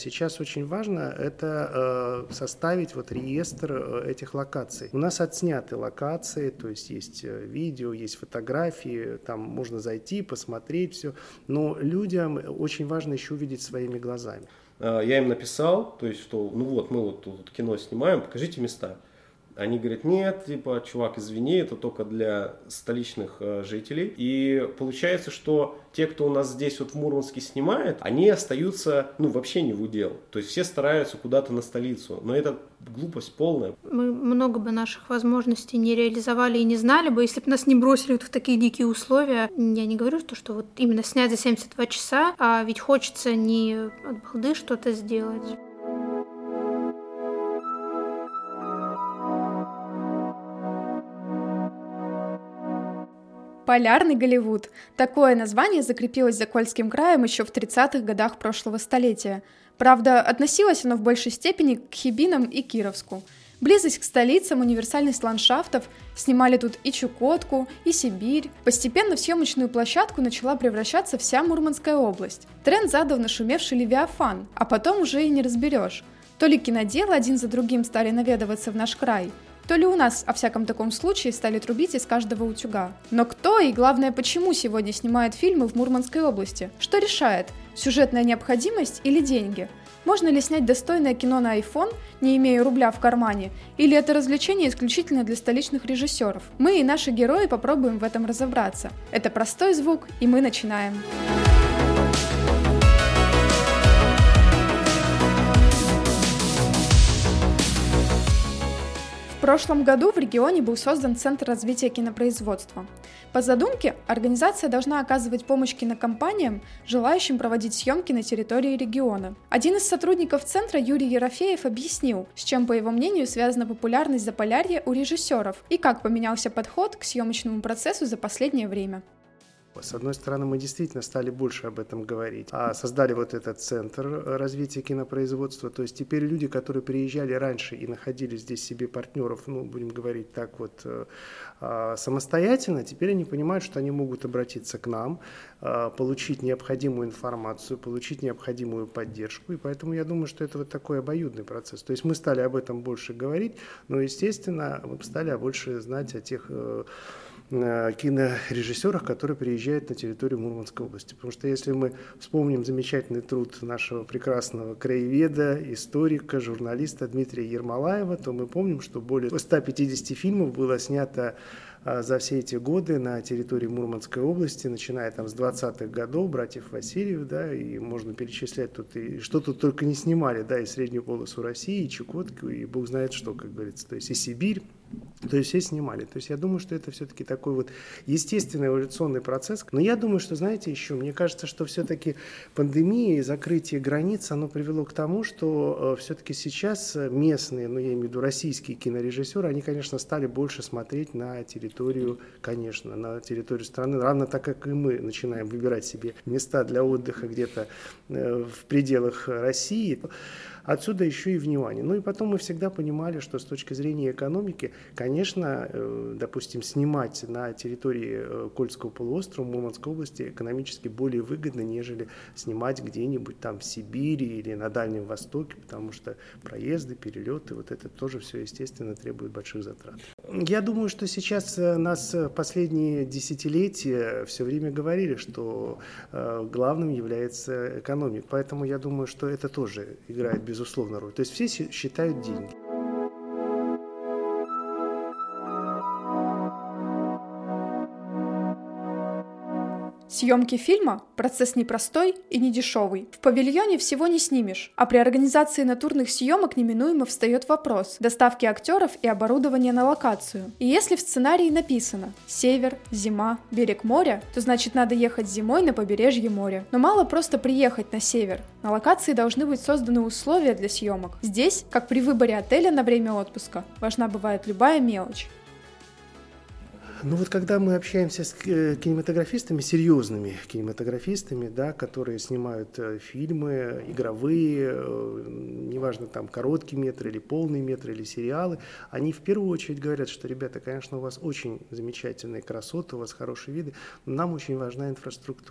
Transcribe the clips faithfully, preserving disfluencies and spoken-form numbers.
Сейчас очень важно это э, составить вот реестр э, этих локаций. У нас отсняты локации, то есть есть э, видео, есть фотографии, там можно зайти, посмотреть все, но людям очень важно еще увидеть своими глазами. Я им написал, то есть, что ну вот мы вот тут кино снимаем, покажите места. Они говорят, нет, типа, чувак, извини, это только для столичных э, жителей. И получается, что те, кто у нас здесь вот в Мурманске снимает, они остаются, ну, вообще не в удел. То есть все стараются куда-то на столицу. Но это глупость полная. Мы много бы наших возможностей не реализовали и не знали бы, если бы нас не бросили вот в такие дикие условия. Я не говорю, что, что вот именно снять за семьдесят два часа, а ведь хочется не от балды что-то сделать. Полярный Голливуд. Такое название закрепилось за Кольским краем еще в тридцатых годах прошлого столетия. Правда, относилось оно в большей степени к Хибинам и Кировску. Близость к столицам, универсальность ландшафтов, снимали тут и Чукотку, и Сибирь. Постепенно в съемочную площадку начала превращаться вся Мурманская область. Тренд задал нашумевший Левиафан, а потом уже и не разберешь. То ли киноделы один за другим стали наведываться в наш край, то ли у нас о всяком таком случае стали трубить из каждого утюга. Но кто и, главное, почему сегодня снимают фильмы в Мурманской области? Что решает? Сюжетная необходимость или деньги? Можно ли снять достойное кино на iPhone, не имея рубля в кармане? Или это развлечение исключительно для столичных режиссеров? Мы и наши герои попробуем в этом разобраться. Это простой звук, и мы начинаем. В прошлом году в регионе был создан Центр развития кинопроизводства. По задумке, организация должна оказывать помощь кинокомпаниям, желающим проводить съемки на территории региона. Один из сотрудников центра, Юрий Ерофеев, объяснил, с чем, по его мнению, связана популярность Заполярья у режиссеров и как поменялся подход к съемочному процессу за последнее время. С одной стороны, мы действительно стали больше об этом говорить, а создали вот этот центр развития кинопроизводства, то есть теперь люди, которые приезжали раньше и находили здесь себе партнеров, ну, будем говорить так вот, самостоятельно, теперь они понимают, что они могут обратиться к нам, получить необходимую информацию, получить необходимую поддержку, и поэтому я думаю, что это вот такой обоюдный процесс. То есть мы стали об этом больше говорить, но, естественно, мы стали больше знать о тех кинорежиссерах, которые приезжают на территорию Мурманской области. Потому что если мы вспомним замечательный труд нашего прекрасного краеведа, историка, журналиста Дмитрия Ермолаева, то мы помним, что более ста пятидесяти фильмов было снято за все эти годы на территории Мурманской области, начиная там с двадцатых годов, братьев Васильев, да, и можно перечислять тут, и что тут только не снимали, да, и среднюю полосу России, и Чукотку, и бог знает что, как говорится, то есть и Сибирь, то есть все снимали. То есть я думаю, что это все-таки такой вот естественный эволюционный процесс. Но я думаю, что, знаете, еще, мне кажется, что все-таки пандемия и закрытие границ, оно привело к тому, что все-таки сейчас местные, ну я имею в виду российские кинорежиссеры, они, конечно, стали больше смотреть на территорию, конечно, на территорию страны, равно так, как и мы начинаем выбирать себе места для отдыха где-то в пределах России. Отсюда еще и внимание. Ну и потом мы всегда понимали, что с точки зрения экономики, конечно, допустим, снимать на территории Кольского полуострова, Мурманской области экономически более выгодно, нежели снимать где-нибудь там в Сибири или на Дальнем Востоке, потому что проезды, перелеты, вот это тоже все, естественно, требует больших затрат. Я думаю, что сейчас нас последние десятилетия все время говорили, что главным является экономика. Поэтому я думаю, что это тоже играет безусловно роль. То есть все считают деньги. Съемки фильма – процесс непростой и недешевый. В павильоне всего не снимешь, а при организации натурных съемок неминуемо встает вопрос доставки актеров и оборудования на локацию. И если в сценарии написано «север», «зима», «берег моря», то значит надо ехать зимой на побережье моря. Но мало просто приехать на север. На локации должны быть созданы условия для съемок. Здесь, как при выборе отеля на время отпуска, важна бывает любая мелочь. Ну вот когда мы общаемся с кинематографистами, серьезными кинематографистами, да, которые снимают фильмы, игровые, неважно, там короткий метр или полный метр или сериалы, они в первую очередь говорят, что, ребята, конечно, у вас очень замечательные красоты, у вас хорошие виды, но нам очень важна инфраструктура.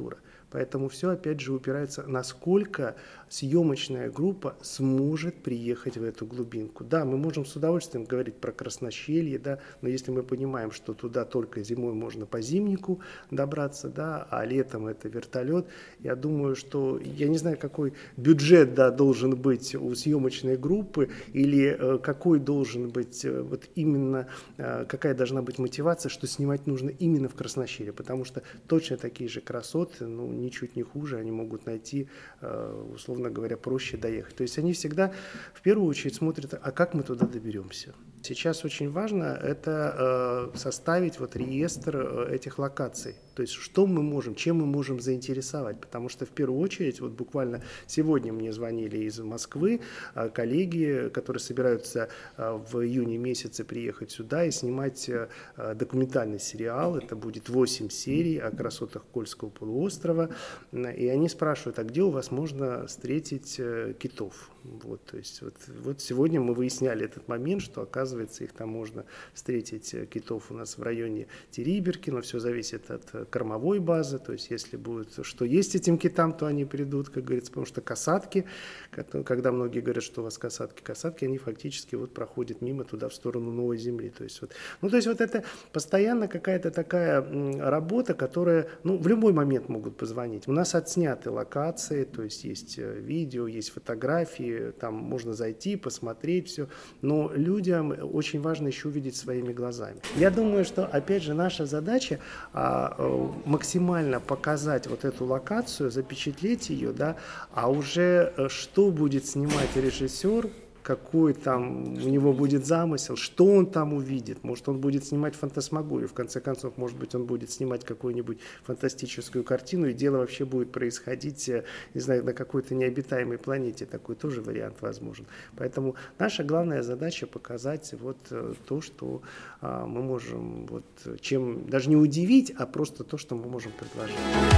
Поэтому все, опять же, упирается, насколько съемочная группа сможет приехать в эту глубинку. Да, мы можем с удовольствием говорить про Краснощелье, да, но если мы понимаем, что туда только зимой можно по зимнику добраться, да, а летом это вертолет, я думаю, что, я не знаю, какой бюджет, да, должен быть у съемочной группы, или э, какой должен быть, э, вот именно, э, какая должна быть мотивация, что снимать нужно именно в Краснощелье, потому что точно такие же красоты, ну, ничуть не хуже, они могут найти, э, условно говоря, проще доехать. То есть они всегда в первую очередь смотрят, а как мы туда доберемся. Сейчас очень важно это э, составить вот реестр э, этих локаций. То есть что мы можем, чем мы можем заинтересовать. Потому что в первую очередь, вот буквально сегодня мне звонили из Москвы э, коллеги, которые собираются э, в июне месяце приехать сюда и снимать э, документальный сериал. Это будет восемь серий о красотах Кольского полуострова. И они спрашивают, а где у вас можно встретить э, китов? Вот, то есть вот, вот сегодня мы выясняли этот момент, что оказывается их там можно встретить, китов у нас в районе Териберки, но все зависит от кормовой базы, то есть если будет что есть этим китам, то они придут, как говорится, потому что касатки, когда многие говорят, что у вас касатки, касатки, они фактически вот проходят мимо туда в сторону Новой Земли, то есть вот, ну то есть вот это постоянно какая-то такая работа, которая, ну в любой момент могут позвонить. У нас отсняты локации, то есть есть видео, есть фотографии, там можно зайти, посмотреть все, но людям очень важно еще увидеть своими глазами. Я думаю, что, опять же, наша задача а, максимально показать вот эту локацию, запечатлеть ее, да, а уже что будет снимать режиссер, какой там у него будет замысел, что он там увидит. Может, он будет снимать фантасмагорию, в конце концов, может быть, он будет снимать какую-нибудь фантастическую картину, и дело вообще будет происходить, не знаю, на какой-то необитаемой планете. Такой тоже вариант возможен. Поэтому наша главная задача показать вот то, что а, мы можем, вот, чем даже не удивить, а просто то, что мы можем предложить.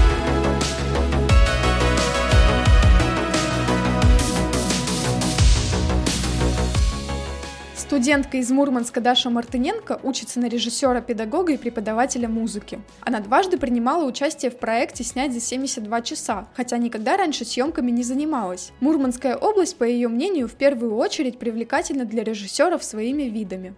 Студентка из Мурманска Даша Мартыненко учится на режиссера-педагога и преподавателя музыки. Она дважды принимала участие в проекте «Снять за семьдесят два часа», хотя никогда раньше съемками не занималась. Мурманская область, по ее мнению, в первую очередь привлекательна для режиссеров своими видами.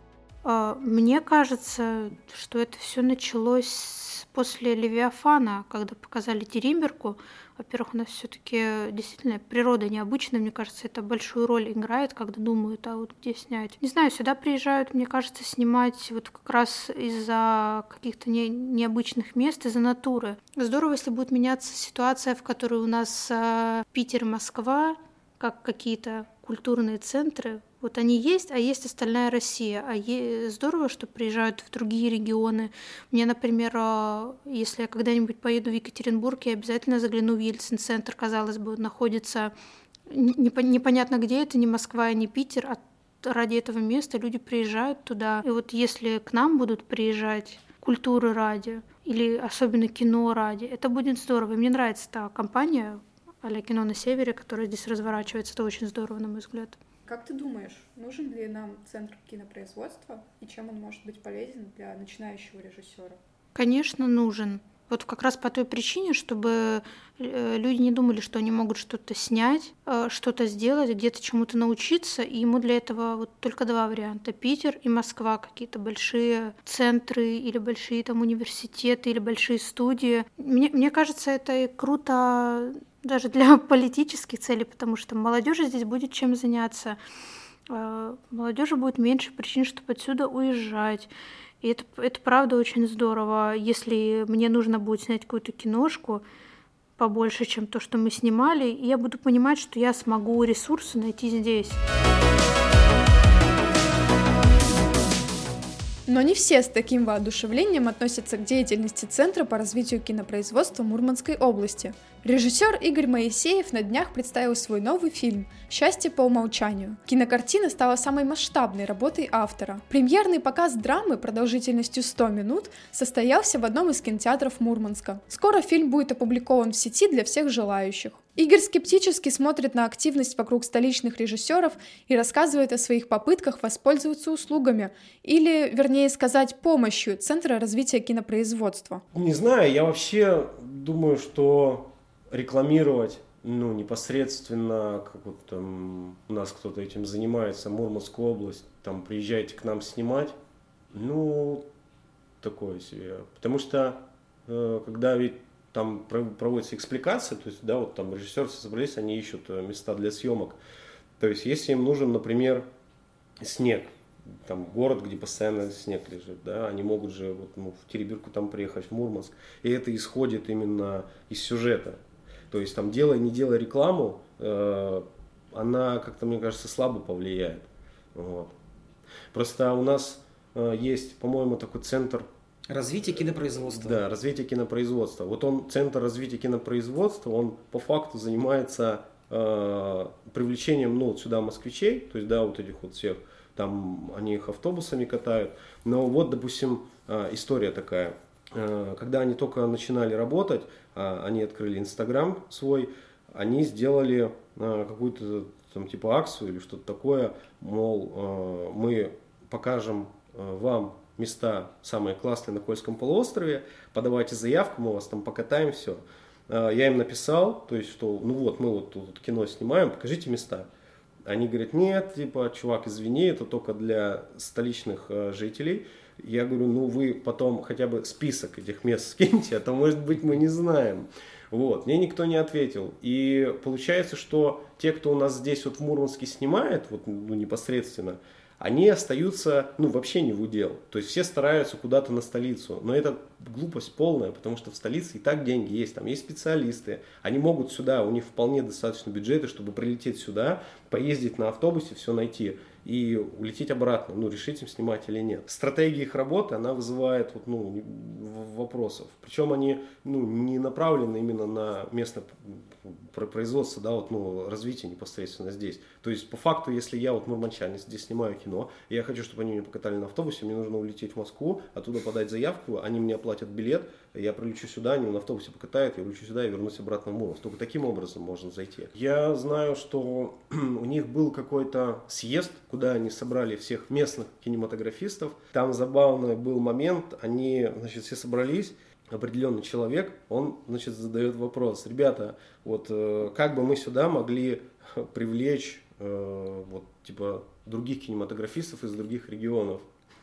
Мне кажется, что это все началось после «Левиафана», когда показали Териберку. Во-первых, у нас все-таки действительно природа необычная, мне кажется, это большую роль играет, когда думают, а вот где снять. Не знаю, сюда приезжают, мне кажется, снимать вот как раз из-за каких-то не, необычных мест, из-за натуры. Здорово, если будет меняться ситуация, в которой у нас э, Питер и Москва, как какие-то культурные центры, вот они есть, а есть остальная Россия. А е- здорово, что приезжают в другие регионы. Мне, например, если я когда-нибудь поеду в Екатеринбург, я обязательно загляну в Ельцин-центр. Казалось бы, находится непо- непонятно где это, не Москва, не Питер, а ради этого места люди приезжают туда. И вот если к нам будут приезжать культуры ради, или особенно кино ради, это будет здорово. И мне нравится та компания а-ля «Кино на севере», которая здесь разворачивается. Это очень здорово, на мой взгляд. Как ты думаешь, нужен ли нам центр кинопроизводства и чем он может быть полезен для начинающего режиссера? Конечно, нужен. Вот как раз по той причине, чтобы люди не думали, что они могут что-то снять, что-то сделать, где-то чему-то научиться. И ему для этого вот только два варианта. Питер и Москва, какие-то большие центры или большие там университеты или большие студии. Мне, мне кажется, это и круто даже для политических целей, потому что молодежи здесь будет чем заняться. Молодежи будет меньше причин, чтобы отсюда уезжать. И это, это правда очень здорово. Если мне нужно будет снять какую-то киношку побольше, чем то, что мы снимали, я буду понимать, что я смогу ресурсы найти здесь. Но не все с таким воодушевлением относятся к деятельности Центра по развитию кинопроизводства Мурманской области. Режиссер Игорь Моисеев на днях представил свой новый фильм «Счастье по умолчанию». Кинокартина стала самой масштабной работой автора. Премьерный показ драмы продолжительностью сто минут состоялся в одном из кинотеатров Мурманска. Скоро фильм будет опубликован в сети для всех желающих. Игорь скептически смотрит на активность вокруг столичных режиссеров и рассказывает о своих попытках воспользоваться услугами, или, вернее сказать, помощью Центра развития кинопроизводства. Не знаю, я вообще думаю, что рекламировать, ну, непосредственно, как вот там у нас кто-то этим занимается, Мурманскую область, там, приезжайте к нам снимать, ну, такое себе. Потому что, э, когда ведь там проводится экспликация, то есть, да, вот там режиссеры собрались, они ищут места для съемок. То есть, если им нужен, например, снег, там город, где постоянно снег лежит, да, они могут же вот, ну, в Теребирку там приехать, в Мурманск, и это исходит именно из сюжета. То есть там делая, не делая рекламу, э, она как-то, мне кажется, слабо повлияет. Вот. Просто у нас э, есть, по-моему, такой центр развитие кинопроизводства. Да, развитие кинопроизводства. Вот он, центр развития кинопроизводства, он по факту занимается э, привлечением, ну, вот сюда москвичей, то есть, да, вот этих вот всех. Там они их автобусами катают. Но вот, допустим, история такая. Когда они только начинали работать, они открыли Инстаграм свой, они сделали какую-то там типа акцию или что-то такое, мол, мы покажем вам места самые классные на Кольском полуострове, подавайте заявку, мы вас там покатаем, все. Я им написал, то есть, что ну вот, мы вот тут кино снимаем, покажите места. Они говорят, нет, типа, чувак, извини, это только для столичных э, жителей. Я говорю, ну вы потом хотя бы список этих мест скиньте, а то, может быть, мы не знаем. Вот, мне никто не ответил. И получается, что те, кто у нас здесь вот в Мурманске снимает, вот, ну, непосредственно, они остаются, ну, вообще не в удел. То есть все стараются куда-то на столицу. Но это глупость полная, потому что в столице и так деньги есть. Там есть специалисты. Они могут сюда, у них вполне достаточно бюджета, чтобы прилететь сюда, поездить на автобусе, все найти и улететь обратно. Ну, решить им снимать или нет. Стратегия их работы, она вызывает вот, ну, вопросов. Причем они, ну, не направлены именно на местное производство, да, вот, ну, развитие непосредственно здесь. То есть, по факту, если я вот мурманчанин, здесь снимаю кино, и я хочу, чтобы они меня покатали на автобусе, мне нужно улететь в Москву, оттуда подать заявку, они мне оплатят билет, я прилечу сюда, они на автобусе покатают, я улечу сюда и вернусь обратно в Мурманск. Только таким образом можно зайти. Я знаю, что у них был какой-то съезд, куда они собрали всех местных кинематографистов. Там забавный был момент, они, значит, все собрались, определенный человек, он, значит, задает вопрос: ребята, вот э, как бы мы сюда могли привлечь э, вот, типа, других кинематографистов из других регионов?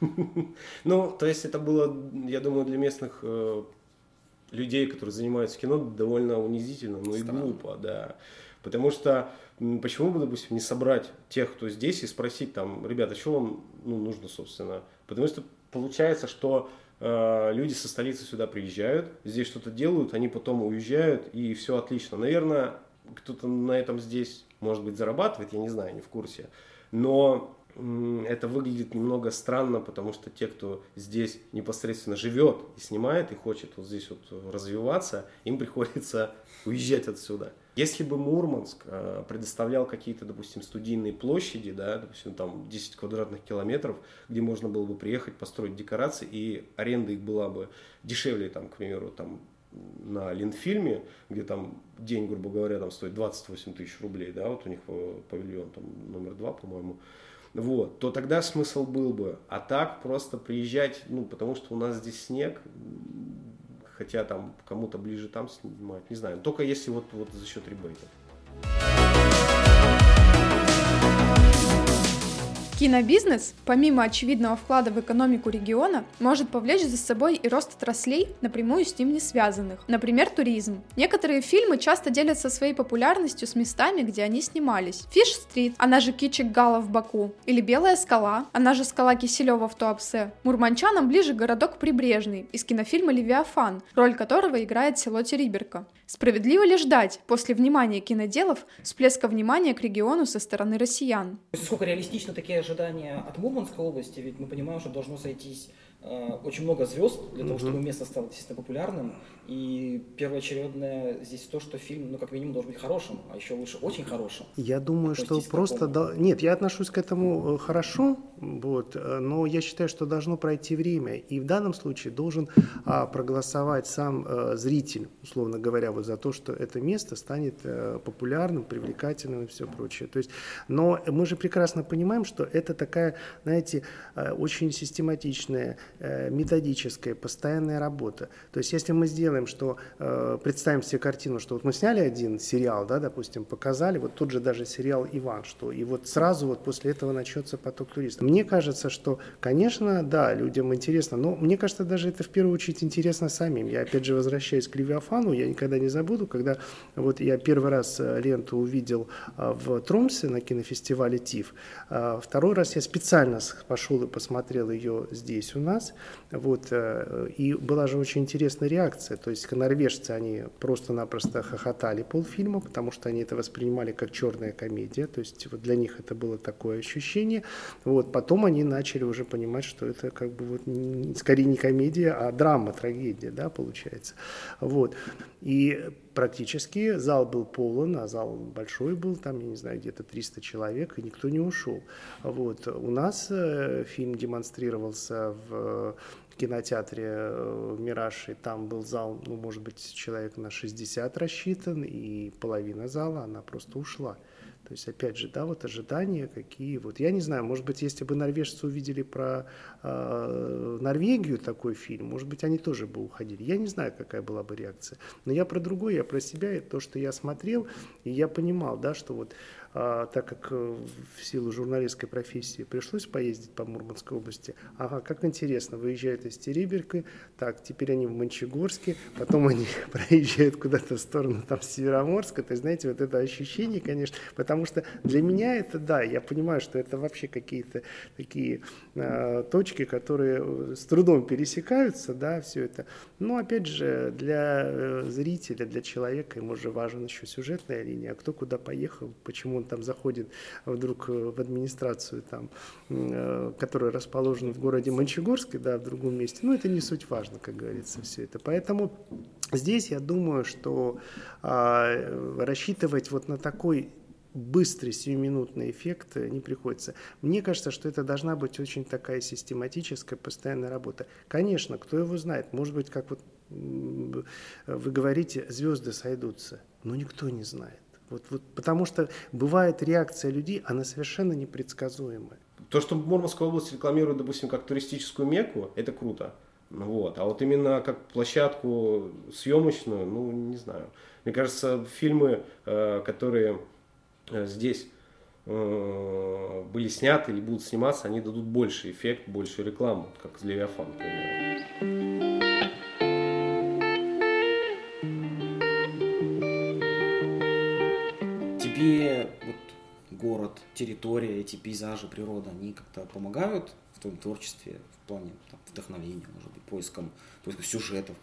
Ну, то есть это было, я думаю, для местных э, людей, которые занимаются кино, довольно унизительно, ну и глупо, да. Потому что почему бы, допустим, не собрать тех, кто здесь, и спросить там, ребята, что вам, ну, нужно, собственно? Потому что получается, что э, люди со столицы сюда приезжают, здесь что-то делают, они потом уезжают, и все отлично. Наверное, кто-то на этом здесь, может быть, зарабатывает, я не знаю, не в курсе. Но м, это выглядит немного странно, потому что те, кто здесь непосредственно живет и снимает, и хочет вот здесь вот развиваться, им приходится уезжать отсюда. Если бы Мурманск э, предоставлял какие-то, допустим, студийные площади, да, допустим, там десять квадратных километров, где можно было бы приехать, построить декорации, и аренда их была бы дешевле, там, к примеру, там, на Ленфильме, где там день, грубо говоря, там стоит двадцать восемь тысяч рублей, да, вот у них павильон там номер два, по-моему, вот, то тогда смысл был бы. А так просто приезжать, ну, потому что у нас здесь снег, хотя там кому-то ближе там снимать, не знаю, только если вот, вот за счет ребейтов. Кинобизнес, помимо очевидного вклада в экономику региона, может повлечь за собой и рост отраслей, напрямую с ним не связанных. Например, туризм. Некоторые фильмы часто делятся своей популярностью с местами, где они снимались. Фиш-стрит, она же Кичик-Гала в Баку, или Белая скала, она же скала Киселева в Туапсе. Мурманчанам ближе городок Прибрежный, из кинофильма «Левиафан», роль которого играет село Териберка. Справедливо ли ждать после внимания киноделов всплеска внимания к региону со стороны россиян? Сколько реалистично такие ожидания от Мурманской области? Ведь мы понимаем, что должно сойтись э, очень много звезд для того, чтобы место стало действительно популярным. И первоочередное здесь то, что фильм, ну, как минимум, должен быть хорошим, а еще лучше очень хорошим. Я думаю, что просто... До... Нет, я отношусь к этому хорошо, вот, но я считаю, что должно пройти время. И в данном случае должен а, проголосовать сам а, зритель, условно говоря, вот за то, что это место станет а, популярным, привлекательным и все прочее. То есть, но мы же прекрасно понимаем, что это такая, знаете, а, очень систематичная, методическая, постоянная работа. То есть если мы сделаем, что представим себе картину, что вот мы сняли один сериал, да, допустим, показали, вот тот же даже сериал «Иван», что и вот сразу вот после этого начнется поток туристов. Мне кажется, что, конечно, да, людям интересно, но мне кажется, даже это в первую очередь интересно самим. Я опять же возвращаюсь к Левиафану, я никогда не забуду, когда вот я первый раз ленту увидел в Тромсе на кинофестивале ТИФ, второй раз я специально пошел и посмотрел ее здесь у нас, вот, и была же очень интересная реакция, то есть норвежцы, они просто-напросто хохотали полфильма, потому что они это воспринимали как черная комедия, то есть вот для них это было такое ощущение, вот, потом они начали уже понимать, что это как бы вот не, скорее не комедия, а драма, трагедия, да, получается, вот, и практически зал был полон, а зал большой был, там, я не знаю, где-то триста человек, и никто не ушел. Вот. У нас э, фильм демонстрировался в кинотеатре э, «Мираж», и там был зал, ну, может быть, человек на шестьдесят рассчитан, и половина зала, она просто ушла. То есть, опять же, да, вот ожидания какие. Вот я не знаю, может быть, если бы норвежцы увидели про э, Норвегию такой фильм, может быть, они тоже бы уходили. Я не знаю, какая была бы реакция. Но я про другое, я про себя, и то, что я смотрел, и я понимал, да, что вот э, так как э, в силу журналистской профессии пришлось поездить по Мурманской области, ага, как интересно, выезжают из Териберки, так, теперь они в Мончегорске, потом они проезжают куда-то в сторону там Североморска, то есть, знаете, вот это ощущение, конечно, потому что для меня это, да, я понимаю, что это вообще какие-то такие э, точки, которые с трудом пересекаются, да, все это. Но, опять же, для э, зрителя, для человека ему же важна еще сюжетная линия, а кто куда поехал, почему он там заходит вдруг в администрацию, там, э, которая расположена в городе Мончегорске, да, в другом месте, ну, это не суть важно, как говорится, все это. Поэтому здесь я думаю, что э, рассчитывать вот на такой быстрый сиюминутный эффект не приходится. Мне кажется, что это должна быть очень такая систематическая, постоянная работа. Конечно, кто его знает, может быть, как вот вы говорите, звезды сойдутся, но никто не знает. Вот, вот, потому что бывает реакция людей, она совершенно непредсказуемая. То, что Мурманская область рекламирует, допустим, как туристическую мекку, это круто. Вот. А вот именно как площадку съемочную, ну, не знаю. Мне кажется, фильмы, которые здесь э, были сняты или будут сниматься, они дадут больше эффект, больше рекламу, как «Левиафан», например. Тебе вот город, территория, эти пейзажи, природа, они как-то помогают в твоем творчестве, в плане там, вдохновения, может быть, поиском, поиском сюжетов?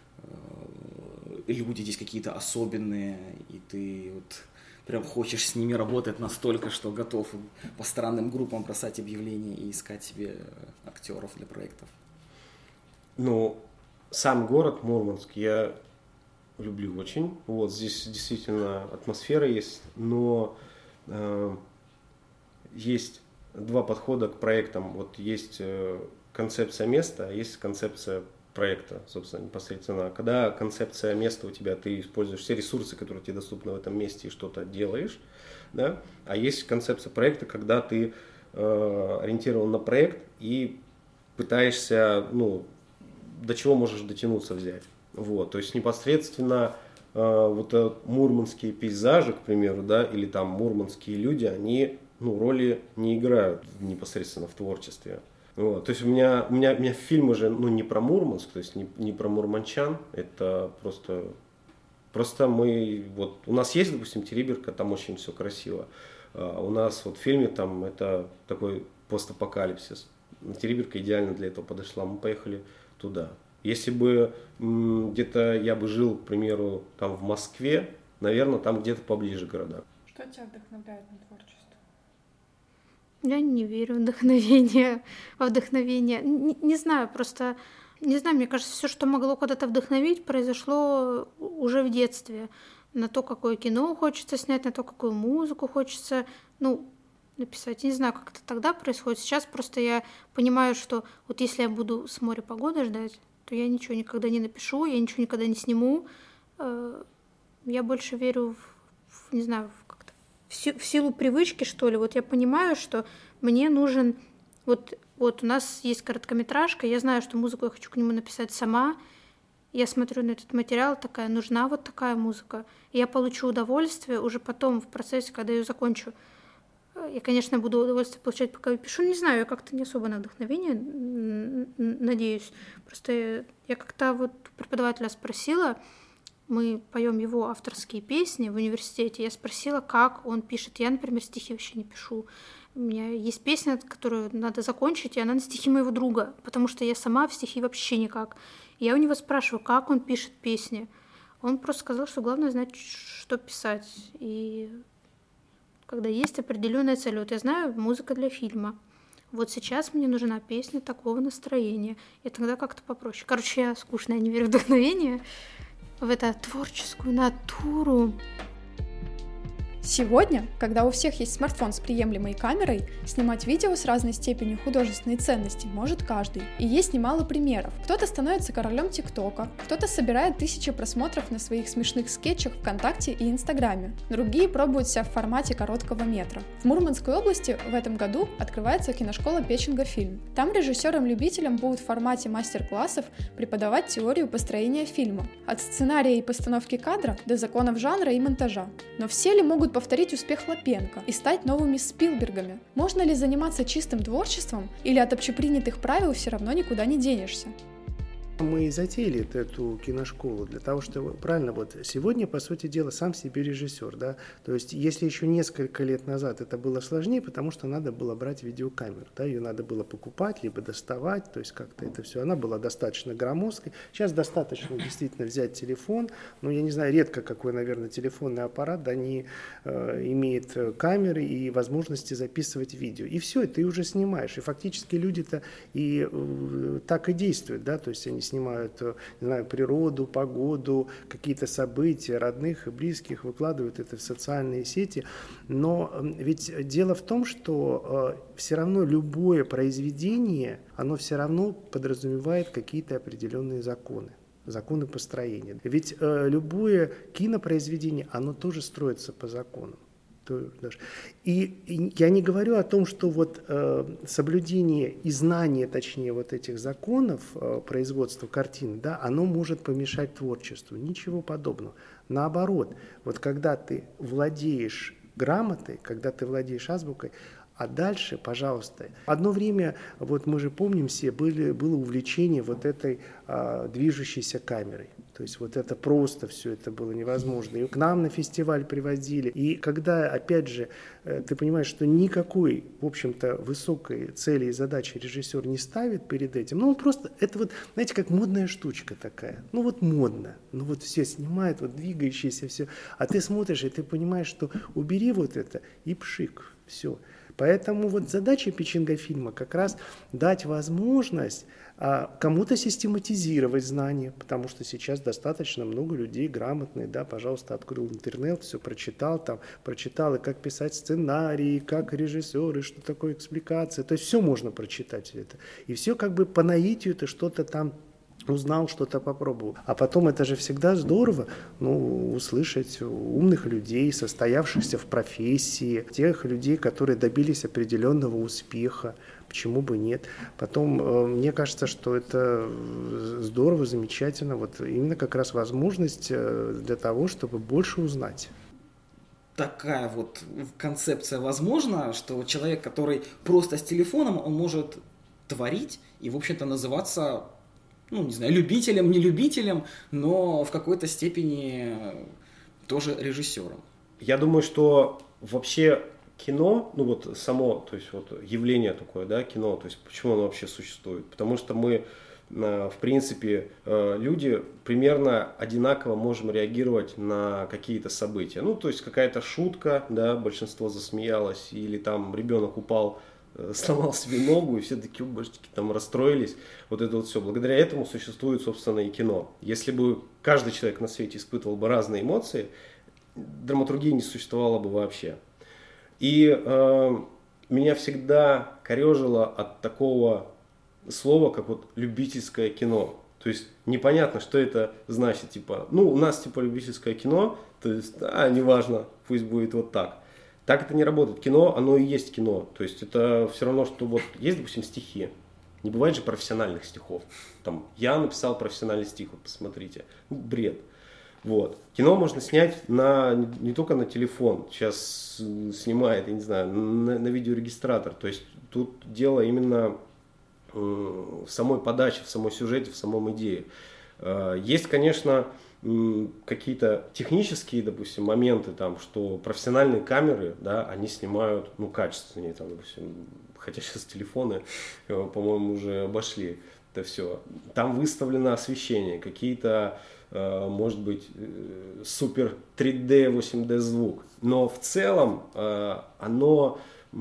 Люди здесь какие-то особенные, и ты вот прям хочешь с ними работать настолько, что готов по странным группам бросать объявления и искать себе актеров для проектов? Ну, сам город Мурманск я люблю очень. Вот здесь действительно атмосфера есть, но э, есть два подхода к проектам. Вот есть э, концепция места, а есть концепция проекта, собственно, непосредственно. Когда концепция места у тебя, ты используешь все ресурсы, которые тебе доступны в этом месте, и что-то делаешь, да? А есть концепция проекта, когда ты э, ориентирован на проект и пытаешься, ну, до чего можешь дотянуться взять. Вот, то есть непосредственно э, вот э, мурманские пейзажи, к примеру, да, или там мурманские люди, они, ну, роли не играют непосредственно в творчестве. Вот, то есть у меня, у меня, у меня фильм уже, ну, не про Мурманск, то есть не, не про мурманчан, это просто, просто мы, вот, у нас есть, допустим, Териберка, там очень все красиво, а у нас вот в фильме там это такой постапокалипсис, Териберка идеально для этого подошла, мы поехали туда. Если бы м, где-то я бы жил, к примеру, там в Москве, наверное, там где-то поближе города. Что тебя вдохновляет на творчество? Я не верю в вдохновение, во вдохновение. Не, не знаю, просто, не знаю, мне кажется, все, что могло когда-то вдохновить, произошло уже в детстве. На то, какое кино хочется снять, на то, какую музыку хочется, ну, написать. Я не знаю, как это тогда происходит. Сейчас просто я понимаю, что вот если я буду с моря погоды ждать, то я ничего никогда не напишу, я ничего никогда не сниму. Я больше верю в, в не знаю, в в силу привычки, что ли, вот я понимаю, что мне нужен вот Вот у нас есть короткометражка, я знаю, что музыку я хочу к нему написать сама. Я смотрю на этот материал, такая, нужна вот такая музыка. И я получу удовольствие уже потом в процессе, когда ее закончу. Я, конечно, буду удовольствие получать, пока я пишу. Не знаю, я как-то не особо на вдохновение надеюсь. Просто я как-то вот преподавателя спросила, мы поем его авторские песни в университете. Я спросила, как он пишет. Я, например, стихи вообще не пишу. У меня есть песня, которую надо закончить, и она на стихи моего друга, потому что я сама в стихи вообще никак. И я у него спрашиваю, как он пишет песни. Он просто сказал, что главное знать, что писать. И когда есть определенная цель, вот я знаю, музыка для фильма. Вот сейчас мне нужна песня такого настроения. И тогда как-то попроще. Короче, я скучная, не верю в вдохновение, в эту творческую натуру. Сегодня, когда у всех есть смартфон с приемлемой камерой, снимать видео с разной степенью художественной ценности может каждый. И есть немало примеров. Кто-то становится королем ТикТока, кто-то собирает тысячи просмотров на своих смешных скетчах ВКонтакте и Инстаграме, другие пробуют себя в формате короткого метра. В Мурманской области в этом году открывается киношкола Печенга Фильм. Там режиссерам-любителям будут в формате мастер-классов преподавать теорию построения фильма, от сценария и постановки кадра до законов жанра и монтажа. Но все ли могут повторить успех Лапенко и стать новыми Спилбергами? Можно ли заниматься чистым творчеством, или от общепринятых правил все равно никуда не денешься? Мы и затеяли эту киношколу для того, чтобы, правильно, вот сегодня, по сути дела, сам себе режиссер, да, то есть если еще несколько лет назад это было сложнее, потому что надо было брать видеокамеру, да, ее надо было покупать, либо доставать, то есть как-то это все, она была достаточно громоздкой, сейчас достаточно действительно взять телефон, ну, я не знаю, редко какой, наверное, телефонный аппарат, да, не э, имеет камеры и возможности записывать видео, и все, ты уже снимаешь, и фактически люди-то и э, так и действуют, да, то есть они снимают, не знаю, природу, погоду, какие-то события, родных и близких, выкладывают это в социальные сети. Но ведь дело в том, что э, все равно любое произведение, оно все равно подразумевает какие-то определенные законы. Законы построения. Ведь э, любое кинопроизведение, оно тоже строится по законам. И, и я не говорю о том, что вот э, соблюдение и знание, точнее, вот этих законов э, производства картины, да, оно может помешать творчеству. Ничего подобного. Наоборот, вот когда ты владеешь грамотой, когда ты владеешь азбукой, а дальше, пожалуйста, одно время, вот мы же помним все, были, было увлечение вот этой а, движущейся камерой. То есть вот это просто все, это было невозможно. И к нам на фестиваль привозили. И когда, опять же, ты понимаешь, что никакой, в общем-то, высокой цели и задачи режиссер не ставит перед этим, ну он просто, это вот, знаете, как модная штучка такая. Ну вот модно. Ну вот все снимают, вот двигающиеся все. А ты смотришь, и ты понимаешь, что убери вот это и пшик, все. Поэтому вот задача Печенга фильма как раз дать возможность а, кому-то систематизировать знания, потому что сейчас достаточно много людей грамотных, да, пожалуйста, открыл интернет, все прочитал, там, прочитал, и как писать сценарии, как режиссеры, что такое экспликация, то есть все можно прочитать это. И все как бы по наитию ты что-то там узнал, что-то попробовал. А потом это же всегда здорово, ну, услышать умных людей, состоявшихся в профессии, тех людей, которые добились определенного успеха. Почему бы нет? Потом, э, мне кажется, что это здорово, замечательно. Вот именно как раз возможность для того, чтобы больше узнать. Такая вот концепция возможна, что человек, который просто с телефоном, он может творить и, в общем-то, называться, ну, не знаю, любителем, не любителем, но в какой-то степени тоже режиссером. Я думаю, что вообще кино, ну вот само, то есть вот явление такое, да, кино, то есть почему оно вообще существует? Потому что мы, в принципе, люди примерно одинаково можем реагировать на какие-то события. Ну, то есть какая-то шутка, да, большинство засмеялось, или там ребенок упал, сломал себе ногу, и все такие, божечки, там расстроились. Вот это вот все. Благодаря этому существует, собственно, и кино. Если бы каждый человек на свете испытывал бы разные эмоции, драматургии не существовало бы вообще. И э, меня всегда корежило от такого слова, как вот любительское кино. То есть непонятно, что это значит. Типа, ну, у нас типа любительское кино, то есть, а, неважно, пусть будет вот так. Так это не работает. Кино, оно и есть кино. То есть это все равно, что вот есть, допустим, стихи. Не бывает же профессиональных стихов. Там, я написал профессиональный стих, вот посмотрите. Ну, бред. Вот. Кино можно снять на, не только на телефон. Сейчас снимает, я не знаю, на, на видеорегистратор. То есть тут дело именно в самой подаче, в самой сюжете, в самом идее. Есть, конечно, какие-то технические, допустим, моменты, там, что профессиональные камеры, да, они снимают, ну, качественнее, там, допустим, хотя сейчас телефоны, по-моему, уже обошли это все. Там выставлено освещение, какие-то, может быть, супер три дэ, восемь дэ звук, но в целом оно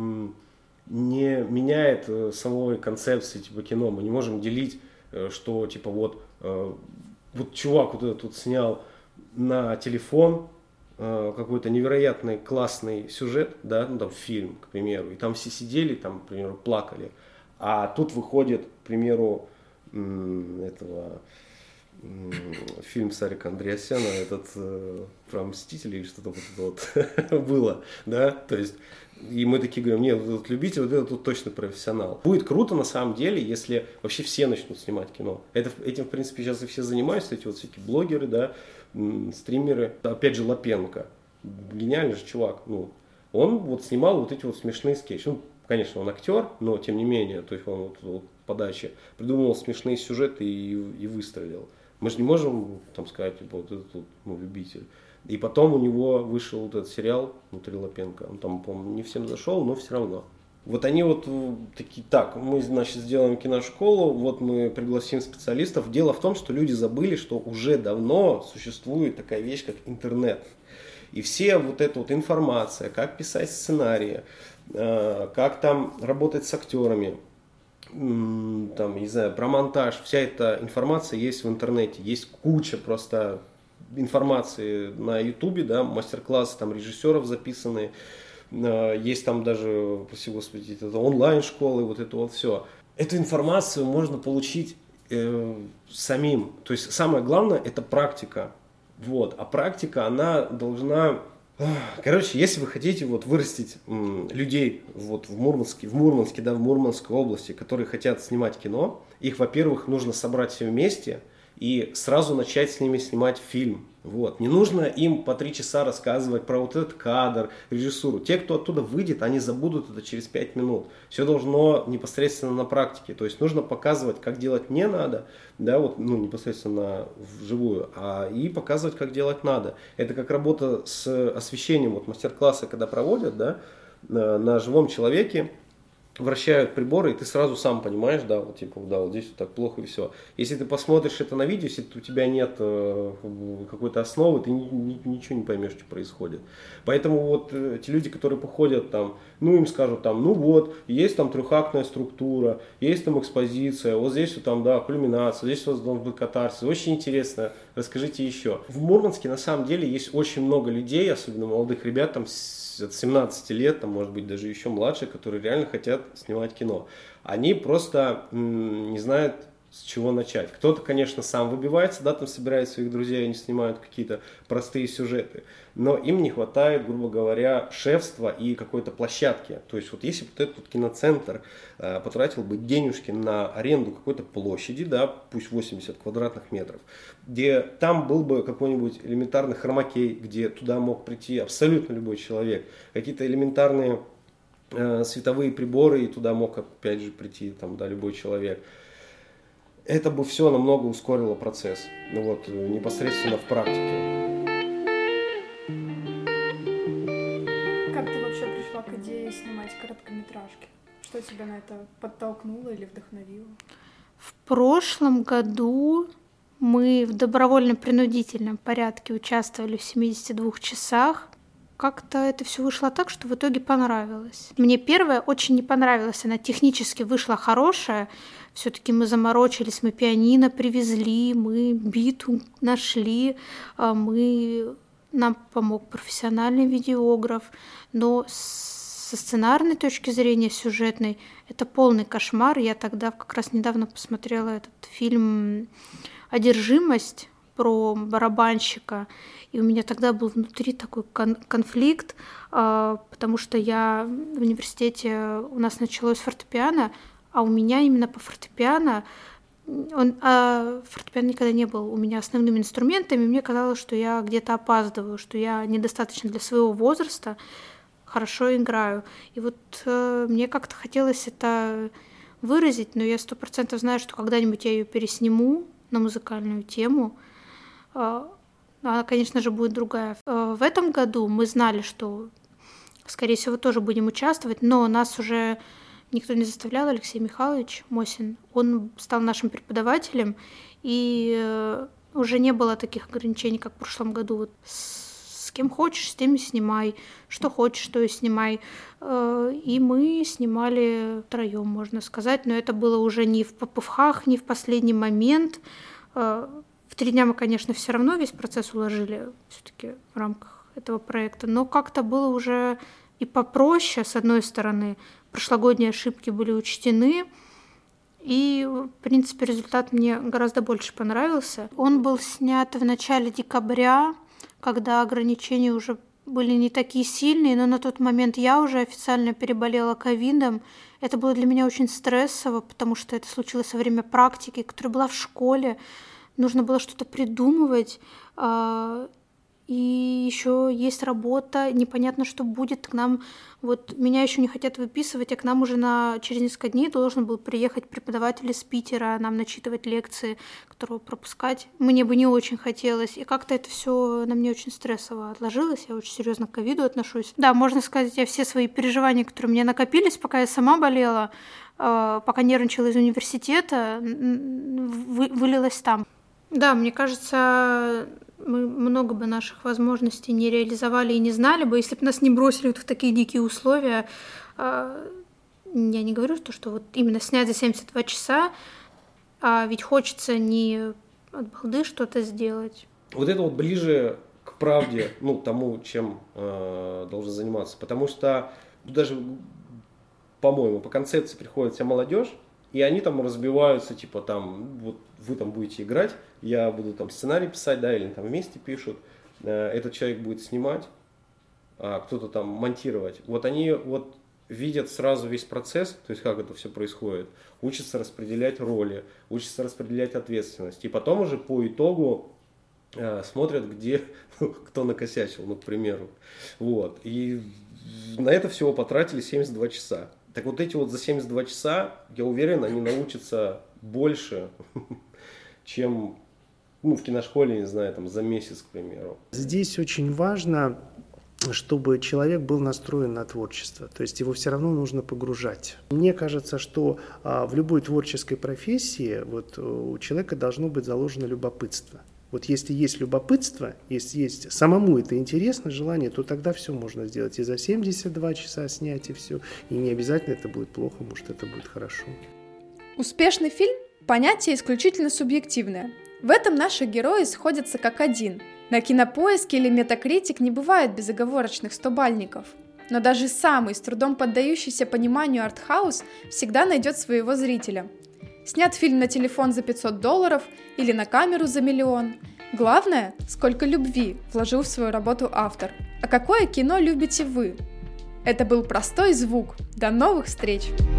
не меняет самой концепции типа кино. Мы не можем делить, что типа вот вот чувак вот этот тут снял на телефон э, какой-то невероятный классный сюжет, да, ну там фильм, к примеру, и там все сидели, там, к примеру, плакали, а тут выходит, к примеру, м- этого м- фильм Сарика Андреасяна, этот э, про Мстителей или что-то вот это вот было, да, то есть. И мы такие говорим, нет, вот этот любитель, вот это тут точно профессионал. Будет круто на самом деле, если вообще все начнут снимать кино. Это, этим, в принципе, сейчас и все занимаются, эти вот всякие блогеры, да, стримеры. Опять же, Лапенко. Гениальный же чувак. Ну, он вот снимал вот эти вот смешные скетчи. Ну, конечно, он актер, но тем не менее, то есть он вот, вот подачи придумывал смешные сюжеты и, и выстрелил. Мы же не можем там сказать, типа, вот этот вот, ну, любитель. И потом у него вышел вот этот сериал «Внутри Лапенко». Он там, по-моему, не всем зашел, но все равно. Вот они вот такие, так, мы, значит, сделаем киношколу, вот мы пригласим специалистов. Дело в том, что люди забыли, что уже давно существует такая вещь, как интернет. И все вот эта вот информация, как писать сценарии, как там работать с актерами, там, не знаю, про монтаж, вся эта информация есть в интернете. Есть куча просто информации на ютубе, да, мастер-классы там режиссеров записанные, есть там даже, прости господи, это онлайн-школы, вот это вот все. Эту информацию можно получить э, самим. То есть самое главное это практика. Вот. А практика, она должна... Короче, если вы хотите вот вырастить м, людей вот в Мурманске, в Мурманске, да, в Мурманской области, которые хотят снимать кино, их, во-первых, нужно собрать все вместе и сразу начать с ними снимать фильм. Вот. Не нужно им по три часа рассказывать про вот этот кадр, режиссуру. Те, кто оттуда выйдет, они забудут это через пять минут. Все должно непосредственно на практике. То есть нужно показывать, как делать не надо, да, вот, ну, непосредственно вживую, а и показывать, как делать надо. Это как работа с освещением. Вот мастер-классы, когда проводят, да, на, на живом человеке, вращают приборы, и ты сразу сам понимаешь, да, вот типа, да, вот здесь вот так плохо и все. Если ты посмотришь это на видео, если у тебя нет э, какой-то основы, ты ни, ни, ничего не поймешь, что происходит. Поэтому вот эти люди, которые походят там, ну им скажут там, ну вот, есть там трехактная структура, есть там экспозиция, вот здесь вот там, да, кульминация, здесь у вас должен быть катарсис, очень интересно, расскажите еще. В Мурманске на самом деле есть очень много людей, особенно молодых ребят, там, от семнадцати лет, там, может быть, даже еще младше, которые реально хотят снимать кино. Они просто м- не знают, с чего начать. Кто-то, конечно, сам выбивается, да, там собирает своих друзей, они снимают какие-то простые сюжеты, но им не хватает, грубо говоря, шефства и какой-то площадки. То есть вот если бы вот этот киноцентр э, потратил бы денежки на аренду какой-то площади, да, пусть восемьдесят квадратных метров, где там был бы какой-нибудь элементарный хромакей, где туда мог прийти абсолютно любой человек, какие-то элементарные э, световые приборы, и туда мог опять же прийти там, да, любой человек. Это бы все намного ускорило процесс, ну вот, непосредственно в практике. Как ты вообще пришла к идее снимать короткометражки? Что тебя на это подтолкнуло или вдохновило? В прошлом году мы в добровольно-принудительном порядке участвовали в семидесяти двух часах. Как-то это все вышло так, что в итоге понравилось. Мне первая очень не понравилась, она технически вышла хорошая. Все-таки мы заморочились, мы пианино привезли, мы биту нашли, мы... нам помог профессиональный видеограф. Но со сценарной точки зрения, сюжетной, это полный кошмар. Я тогда как раз недавно посмотрела этот фильм «Одержимость». про барабанщика. И у меня тогда был внутри такой кон- конфликт, э, потому что я в университете, у нас началось фортепиано, а у меня именно по фортепиано, он, а фортепиано никогда не был у меня основными инструментами, и мне казалось, что я где-то опаздываю, что я недостаточно для своего возраста хорошо играю. И вот э, мне как-то хотелось это выразить, но я сто процентов знаю, что когда-нибудь я ее пересниму на музыкальную тему. Э, она, конечно же, будет другая. Э, в этом году мы знали, что, скорее всего, тоже будем участвовать, но нас уже никто не заставлял. Алексей Михайлович Мосин, он стал нашим преподавателем, и э, уже не было таких ограничений, как в прошлом году. Вот с, с кем хочешь, с тем и снимай, что хочешь, то и снимай. Э, и мы снимали втроем, можно сказать, но это было уже не в попыхах, не в последний момент. Э, в три дня мы, конечно, все равно весь процесс уложили все-таки в рамках этого проекта, но как-то было уже и попроще, с одной стороны. Прошлогодние ошибки были учтены, и, в принципе, результат мне гораздо больше понравился. Он был снят в начале декабря, когда ограничения уже были не такие сильные, но на тот момент я уже официально переболела ковидом. Это было для меня очень стрессово, потому что это случилось во время практики, которая была в школе. Нужно было что-то придумывать. И еще есть работа, непонятно, что будет. К нам, вот меня еще не хотят выписывать, а к нам уже на, через несколько дней должен был приехать преподаватель из Питера, нам начитывать лекции, которого пропускать мне бы не очень хотелось. И как-то это все на мне очень стрессово отложилось, я очень серьезно к ковиду отношусь. Да, можно сказать, я все свои переживания, которые у меня накопились, пока я сама болела, пока нервничала из университета, вылилась там. Да, мне кажется, мы много бы наших возможностей не реализовали и не знали бы, если бы нас не бросили вот в такие дикие условия. Я не говорю, то, что вот именно снять за семьдесят два часа, а ведь хочется не от балды что-то сделать. Вот это вот ближе к правде, ну, тому, чем э, должен заниматься. Потому что даже, по-моему, по концепции приходит вся молодежь, и они там разбиваются, типа там, вот вы там будете играть, я буду там сценарий писать, да, или там вместе пишут, этот человек будет снимать, а кто-то там монтировать. Вот они вот видят сразу весь процесс, то есть как это все происходит, учатся распределять роли, учатся распределять ответственность, и потом уже по итогу э, смотрят, где кто накосячил, ну, к примеру. Вот. И на это всего потратили семьдесят два часа. Так вот эти вот за семьдесят два часа, я уверен, они научатся больше, чем, ну, в киношколе, не знаю, там, за месяц, к примеру. Здесь очень важно, чтобы человек был настроен на творчество, то есть его все равно нужно погружать. Мне кажется, что а, в любой творческой профессии вот, у человека должно быть заложено любопытство. Вот если есть любопытство, если есть самому это интересно, желание, то тогда все можно сделать. И за семьдесят два часа снять, и все. И не обязательно это будет плохо, может, это будет хорошо. Успешный фильм – понятие исключительно субъективное. В этом наши герои сходятся как один. На Кинопоиске или Метакритик не бывает безоговорочных стобальников. Но даже самый с трудом поддающийся пониманию артхаус всегда найдет своего зрителя. Снят фильм на телефон за пятьсот долларов или на камеру за миллион. Главное, сколько любви вложил в свою работу автор. А какое кино любите вы? Это был «Простой звук». До новых встреч!